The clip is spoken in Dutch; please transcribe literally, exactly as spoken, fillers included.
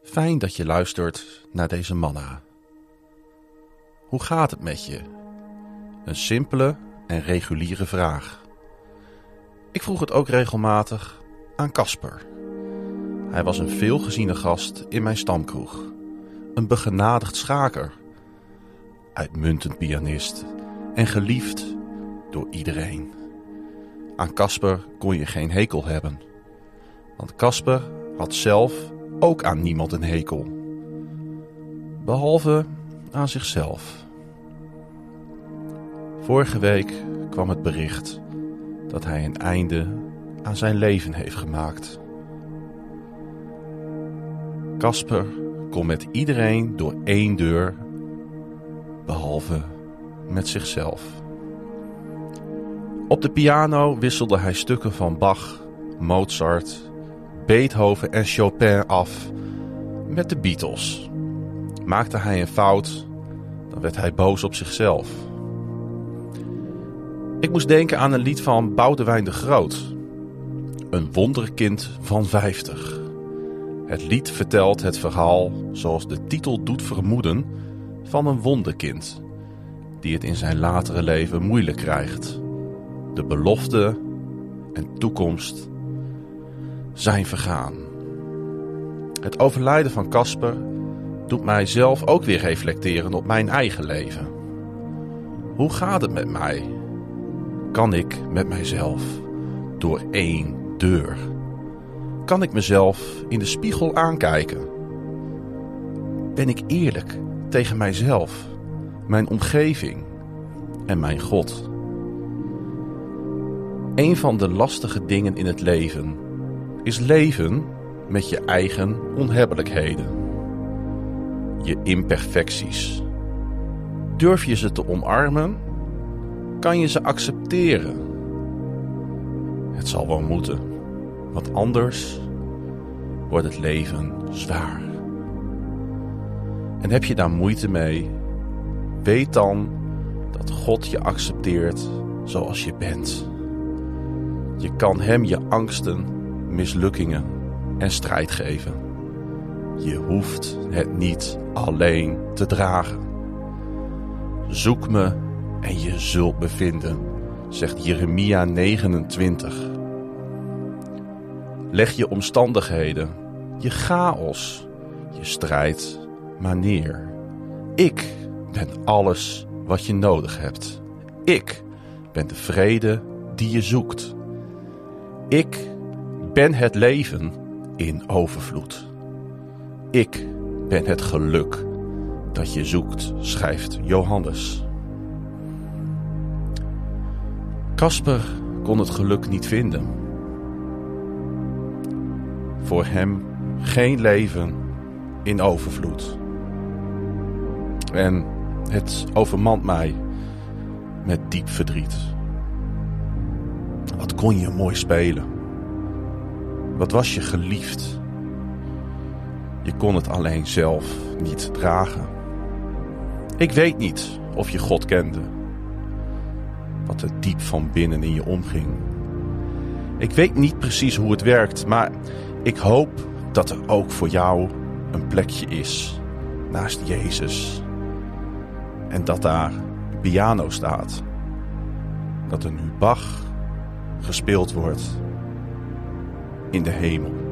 Fijn dat je luistert naar deze manna. Hoe gaat het met je? Een simpele en reguliere vraag. Ik vroeg het ook regelmatig aan Casper. Hij was een veelgeziene gast in mijn stamkroeg. Een begenadigd schaker. Uitmuntend pianist en geliefd door iedereen. Aan Casper kon je geen hekel hebben. Want Casper had zelf ook aan niemand een hekel. Behalve aan zichzelf. Vorige week kwam het bericht dat hij een einde aan zijn leven heeft gemaakt. Casper kon met iedereen door één deur, behalve met zichzelf. Op de piano wisselde hij stukken van Bach, Mozart, Beethoven en Chopin af met de Beatles. Maakte hij een fout, dan werd hij boos op zichzelf. Ik moest denken aan een lied van Boudewijn de Groot. Een wonderkind van vijftig. Het lied vertelt het verhaal, zoals de titel doet vermoeden, van een wonderkind die het in zijn latere leven moeilijk krijgt. De belofte en toekomst zijn vergaan. Het overlijden van Casper doet mij zelf ook weer reflecteren op mijn eigen leven. Hoe gaat het met mij? Kan ik met mijzelf door één deur? Kan ik mezelf in de spiegel aankijken? Ben ik eerlijk tegen mijzelf, mijn omgeving en mijn God? Een van de lastige dingen in het leven is leven met je eigen onhebbelijkheden. Je imperfecties. Durf je ze te omarmen? Kan je ze accepteren? Het zal wel moeten, want anders wordt het leven zwaar. En heb je daar moeite mee? Weet dan dat God je accepteert zoals je bent. Je kan hem je angsten, mislukkingen en strijd geven. Je hoeft het niet alleen te dragen. Zoek me en je zult bevinden, zegt Jeremia negenentwintig. Leg je omstandigheden, je chaos, je strijd maar neer. Ik ben alles wat je nodig hebt. Ik ben de vrede die je zoekt. Ik ben het leven in overvloed. Ik ben het geluk dat je zoekt, schrijft Johannes. Casper kon het geluk niet vinden. Voor hem geen leven in overvloed. En het overmand mij met diep verdriet. Wat kon je mooi spelen? Wat was je geliefd? Je kon het alleen zelf niet dragen. Ik weet niet of je God kende. Wat er diep van binnen in je omging. Ik weet niet precies hoe het werkt, maar ik hoop dat er ook voor jou een plekje is naast Jezus. En dat daar een piano staat. Dat er nu Bach gespeeld wordt in de hemel.